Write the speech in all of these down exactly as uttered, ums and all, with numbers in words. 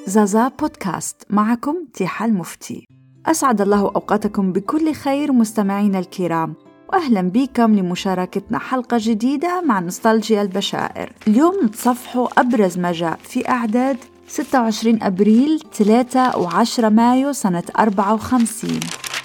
زازا بودكاست، معكم تيحة المفتي. أسعد الله أوقاتكم بكل خير مستمعين الكرام، وأهلا بكم لمشاركتنا حلقة جديدة مع نوستالجيا البشائر. اليوم نتصفحوا أبرز ما جاء في أعداد ستة وعشرين أبريل، ثلاثة وعشرة مايو سنة أربعة وخمسين.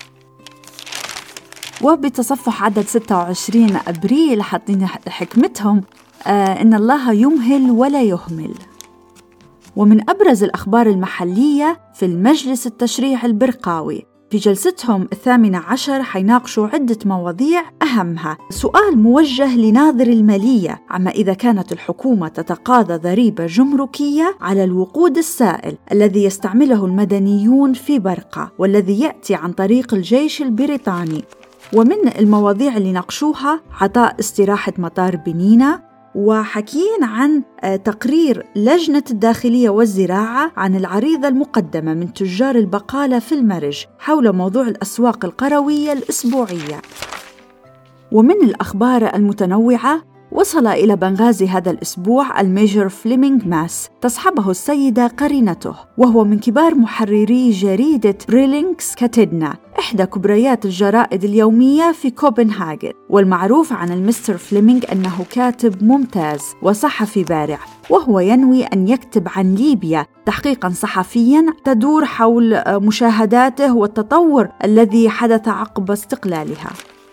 وبتصفح عدد ستة وعشرين أبريل حاطين حكمتهم آه إن الله يمهل ولا يهمل. ومن أبرز الأخبار المحلية في المجلس التشريعي البرقاوي، في جلستهم الثامنة عشر حيناقشوا عدة مواضيع، أهمها سؤال موجه لناظر المالية عما إذا كانت الحكومة تتقاضى ضريبة جمركية على الوقود السائل الذي يستعمله المدنيون في برقة والذي يأتي عن طريق الجيش البريطاني. ومن المواضيع اللي ناقشوها عطاء استراحة مطار بنينا، وحكيين عن تقرير لجنة الداخلية والزراعة عن العريضة المقدمة من تجار البقالة في المرج حول موضوع الأسواق القروية الأسبوعية. ومن الأخبار المتنوعة، وصل إلى بنغازي هذا الأسبوع الميجر فليمينغ ماس، تصحبه السيدة قرينته، وهو من كبار محرري جريدة بريلينكس كاتدنا، إحدى كبريات الجرائد اليومية في كوبنهاغن. والمعروف عن المستر فليمينغ أنه كاتب ممتاز وصحفي بارع، وهو ينوي أن يكتب عن ليبيا تحقيقاً صحفياً تدور حول مشاهداته والتطور الذي حدث عقب استقلالها.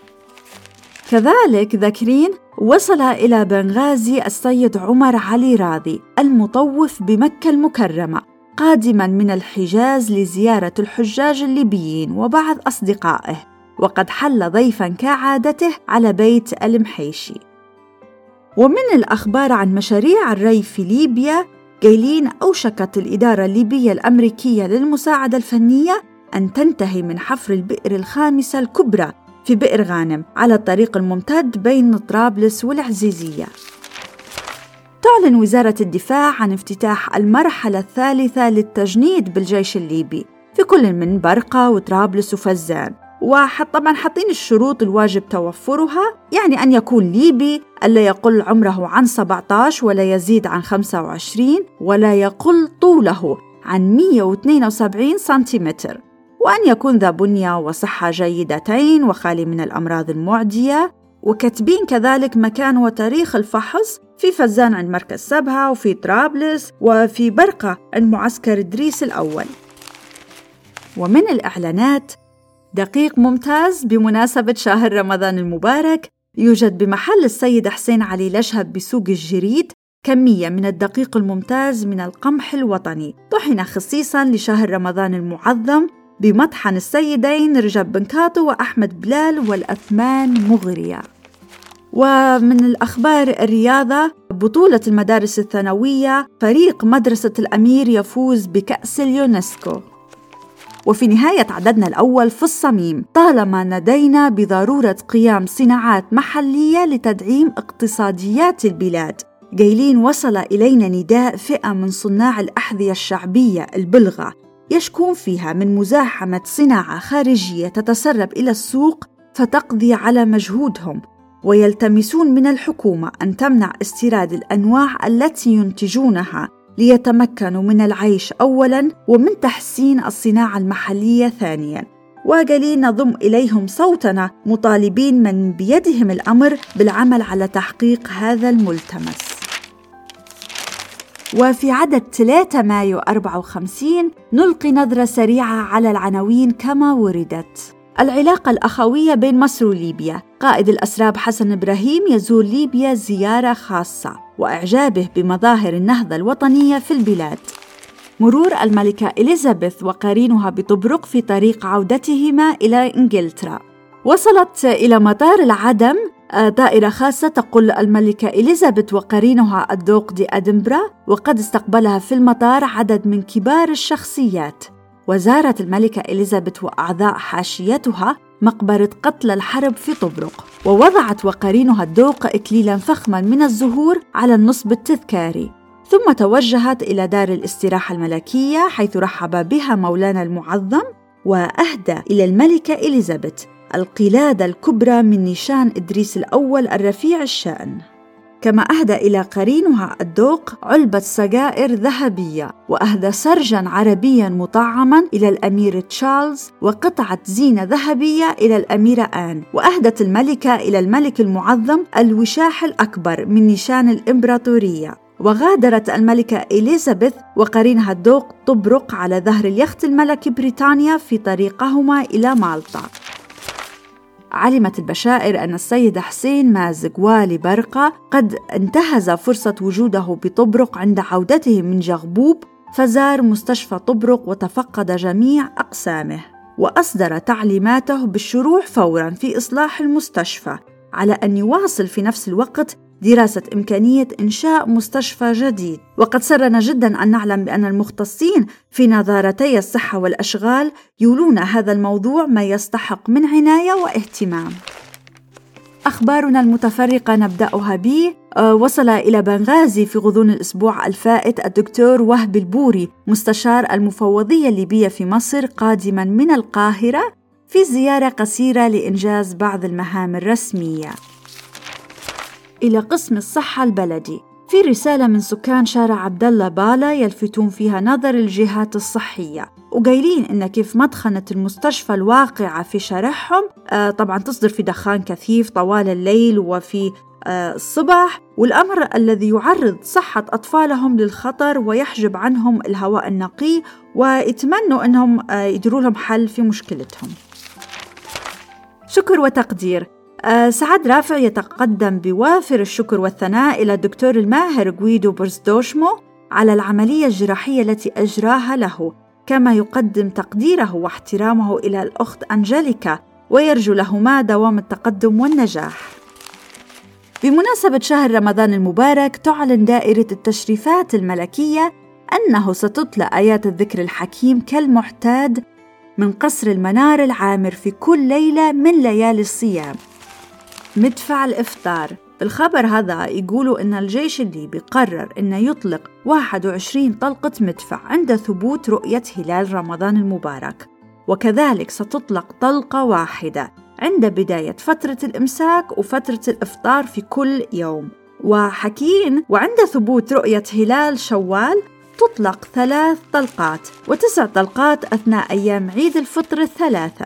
كذلك ذاكرين وصل إلى بنغازي السيد عمر علي راضي المطوف بمكة المكرمة، قادماً من الحجاز لزيارة الحجاج الليبيين وبعض أصدقائه، وقد حل ضيفاً كعادته على بيت المحيشي. ومن الأخبار عن مشاريع الري في ليبيا، قايلين أوشكت الإدارة الليبية الأمريكية للمساعدة الفنية أن تنتهي من حفر البئر الخامسة الكبرى في بئر غانم على الطريق الممتد بين طرابلس والعزيزية. تعلن وزارة الدفاع عن افتتاح المرحلة الثالثة للتجنيد بالجيش الليبي في كل من برقة وطرابلس وفزان، وطبعا حاطين الشروط الواجب توفرها، يعني أن يكون ليبي، ألا يقل عمره عن سبعة عشر ولا يزيد عن خمسة وعشرين، ولا يقل طوله عن مئة واثنين وسبعين سنتيمتر، وأن يكون ذا بنية وصحة جيدتين وخالي من الأمراض المعدية. وكاتبين كذلك مكان وتاريخ الفحص في فزان عند مركز سبها، وفي طرابلس، وفي برقة عند معسكر إدريس الأول. ومن الإعلانات، دقيق ممتاز بمناسبة شهر رمضان المبارك، يوجد بمحل السيد حسين علي لشهب بسوق الجريد كمية من الدقيق الممتاز من القمح الوطني، طحن خصيصاً لشهر رمضان المعظم بمطحن السيدين رجب بن كاطو وأحمد بلال، والأثمان مغرية. ومن الأخبار الرياضة، بطولة المدارس الثانوية، فريق مدرسة الأمير يفوز بكأس اليونسكو. وفي نهاية عددنا الأول في الصميم، طالما ندينا بضرورة قيام صناعات محلية لتدعيم اقتصاديات البلاد، قايلين وصل إلينا نداء فئة من صناع الأحذية الشعبية البلغة يشكون فيها من مزاحمة صناعة خارجية تتسرب إلى السوق فتقضي على مجهودهم، ويلتمسون من الحكومة أن تمنع استيراد الأنواع التي ينتجونها ليتمكنوا من العيش أولاً ومن تحسين الصناعة المحلية ثانياً. وقالين نضم إليهم صوتنا مطالبين من بيدهم الأمر بالعمل على تحقيق هذا الملتمس. وفي عدد ثلاثة مايو أربعة وخمسين نلقي نظرة سريعة على العناوين كما وردت. العلاقة الأخوية بين مصر وليبيا، قائد الأسراب حسن إبراهيم يزور ليبيا زيارة خاصة، وإعجابه بمظاهر النهضة الوطنية في البلاد. مرور الملكة إليزابيث وقرينها بطبرق في طريق عودتهما إلى إنجلترا. وصلت إلى مطار العدم طائرة خاصة تقل الملكة إليزابيث وقرينها الذوق دي أدنبرا، وقد استقبلها في المطار عدد من كبار الشخصيات. وزارت الملكة إليزابيث وأعضاء حاشيتها مقبرة قتلى الحرب في طبرق، ووضعت وقرينها الذوق إكليلاً فخماً من الزهور على النصب التذكاري، ثم توجهت إلى دار الاستراحة الملكية حيث رحب بها مولانا المعظم، وأهدى إلى الملكة إليزابيث القلادة الكبرى من نيشان إدريس الأول الرفيع الشأن. كما أهدى إلى قرينها الدوق علبة سجائر ذهبية، وأهدى سرجاً عربياً مطعماً إلى الأمير تشارلز، وقطعة زينة ذهبية إلى الأميرة آن، وأهدت الملكة إلى الملك المعظم الوشاح الأكبر من نشان الإمبراطورية. وغادرت الملكة إليزابيث وقرينها الدوق طبرق على ظهر اليخت الملكي بريطانيا في طريقهما إلى مالطا. علمت البشائر أن السيد حسين مازق والي برقة قد انتهز فرصة وجوده بطبرق عند عودته من جغبوب، فزار مستشفى طبرق وتفقد جميع أقسامه، وأصدر تعليماته بالشروع فوراً في إصلاح المستشفى، على أن يواصل في نفس الوقت دراسة إمكانية إنشاء مستشفى جديد. وقد سرنا جداً أن نعلم بأن المختصين في نظارتي الصحة والأشغال يولون هذا الموضوع ما يستحق من عناية واهتمام. أخبارنا المتفرقة نبدأها ب وصل إلى بنغازي في غضون الأسبوع الفائت الدكتور وهب البوري مستشار المفوضية الليبية في مصر قادماً من القاهرة في زيارة قصيرة لإنجاز بعض المهام الرسمية. إلى قسم الصحة البلدي، في رسالة من سكان شارع عبد الله بالا يلفتون فيها نظر الجهات الصحية، وقايلين إن كيف مدخنة المستشفى الواقعة في شارعهم آه طبعاً تصدر في دخان كثيف طوال الليل وفي آه الصباح، والأمر الذي يعرض صحة أطفالهم للخطر ويحجب عنهم الهواء النقي، ويتمنوا أنهم آه يديروا لهم حل في مشكلتهم. شكر وتقدير. أه سعد رافع يتقدم بوافر الشكر والثناء إلى الدكتور الماهر غويدو برزدوشمو على العملية الجراحية التي أجراها له، كما يقدم تقديره واحترامه إلى الأخت أنجليكا، ويرجو لهما دوام التقدم والنجاح. بمناسبة شهر رمضان المبارك، تعلن دائرة التشريفات الملكية أنه ستتلى آيات الذكر الحكيم كالمعتاد من قصر المنار العامر في كل ليلة من ليالي الصيام. مدفع الإفطار. بالخبر هذا يقولوا إن الجيش الليبي قرر إنه يطلق واحد وعشرين طلقة مدفع عند ثبوت رؤية هلال رمضان المبارك، وكذلك ستطلق طلقة واحدة عند بداية فترة الإمساك وفترة الإفطار في كل يوم. وحكين وعند ثبوت رؤية هلال شوال تطلق ثلاث طلقات وتسع طلقات أثناء أيام عيد الفطر الثلاثة.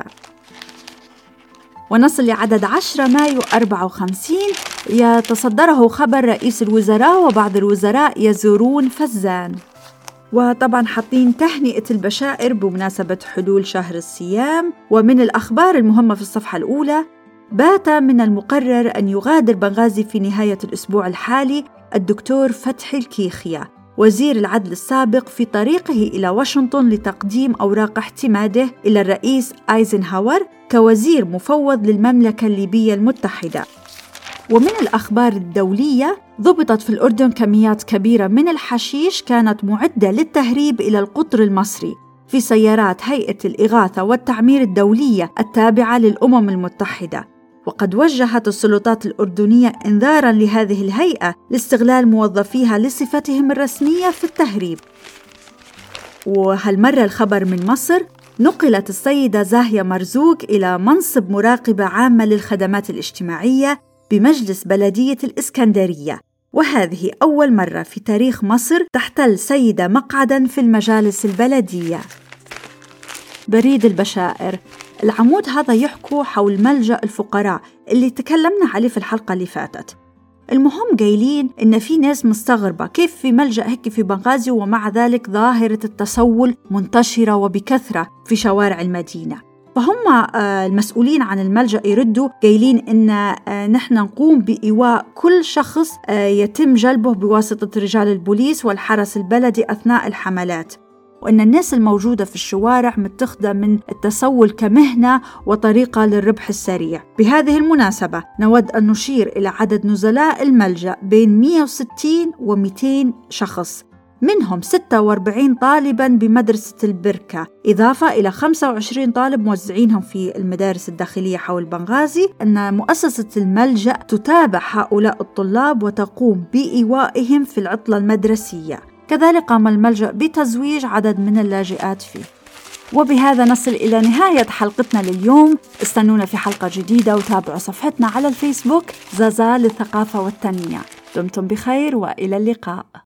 ونصل لعدد عشرة مايو أربعة وخمسين يتصدره خبر رئيس الوزراء وبعض الوزراء يزورون فزان. وطبعا حاطين تهنئة البشائر بمناسبة حلول شهر الصيام. ومن الأخبار المهمة في الصفحة الأولى: بات من المقرر أن يغادر بنغازي في نهاية الأسبوع الحالي الدكتور فتحي الكيخيا وزير العدل السابق في طريقه إلى واشنطن لتقديم أوراق اعتماده إلى الرئيس آيزنهاور كوزير مفوض للمملكة الليبية المتحدة. ومن الأخبار الدولية: ضبطت في الأردن كميات كبيرة من الحشيش كانت معدة للتهريب إلى القطر المصري في سيارات هيئة الإغاثة والتعمير الدولية التابعة للأمم المتحدة. وقد وجهت السلطات الأردنية إنذاراً لهذه الهيئة لاستغلال موظفيها لصفتهم الرسمية في التهريب. وهالمرة الخبر من مصر: نقلت السيدة زاهية مرزوق إلى منصب مراقبة عامة للخدمات الاجتماعية بمجلس بلدية الإسكندرية، وهذه أول مرة في تاريخ مصر تحتل سيدة مقعداً في المجالس البلدية. بريد البشائر. العمود هذا يحكوا حول ملجأ الفقراء اللي تكلمنا عليه في الحلقة اللي فاتت. المهم قايلين إن في ناس مستغربة كيف في ملجأ هيك في بنغازي ومع ذلك ظاهرة التسول منتشرة وبكثرة في شوارع المدينة. فهم المسؤولين عن الملجأ يردوا قايلين إن نحن نقوم بإيواء كل شخص يتم جلبه بواسطة رجال البوليس والحرس البلدي أثناء الحملات، وإن الناس الموجودة في الشوارع متخذة من التسول كمهنة وطريقة للربح السريع. بهذه المناسبة نود أن نشير إلى عدد نزلاء الملجأ بين مئة وستين و مئتين شخص، منهم ستة وأربعين طالباً بمدرسة البركة، إضافة إلى خمسة وعشرين طالب موزعينهم في المدارس الداخلية حول بنغازي. أن مؤسسة الملجأ تتابع هؤلاء الطلاب وتقوم بإيوائهم في العطلة المدرسية. كذلك قام الملجأ بتزويج عدد من اللاجئات فيه. وبهذا نصل إلى نهاية حلقتنا لليوم. استنونا في حلقة جديدة وتابعوا صفحتنا على الفيسبوك زازا للثقافة والتنمية. دمتم بخير وإلى اللقاء.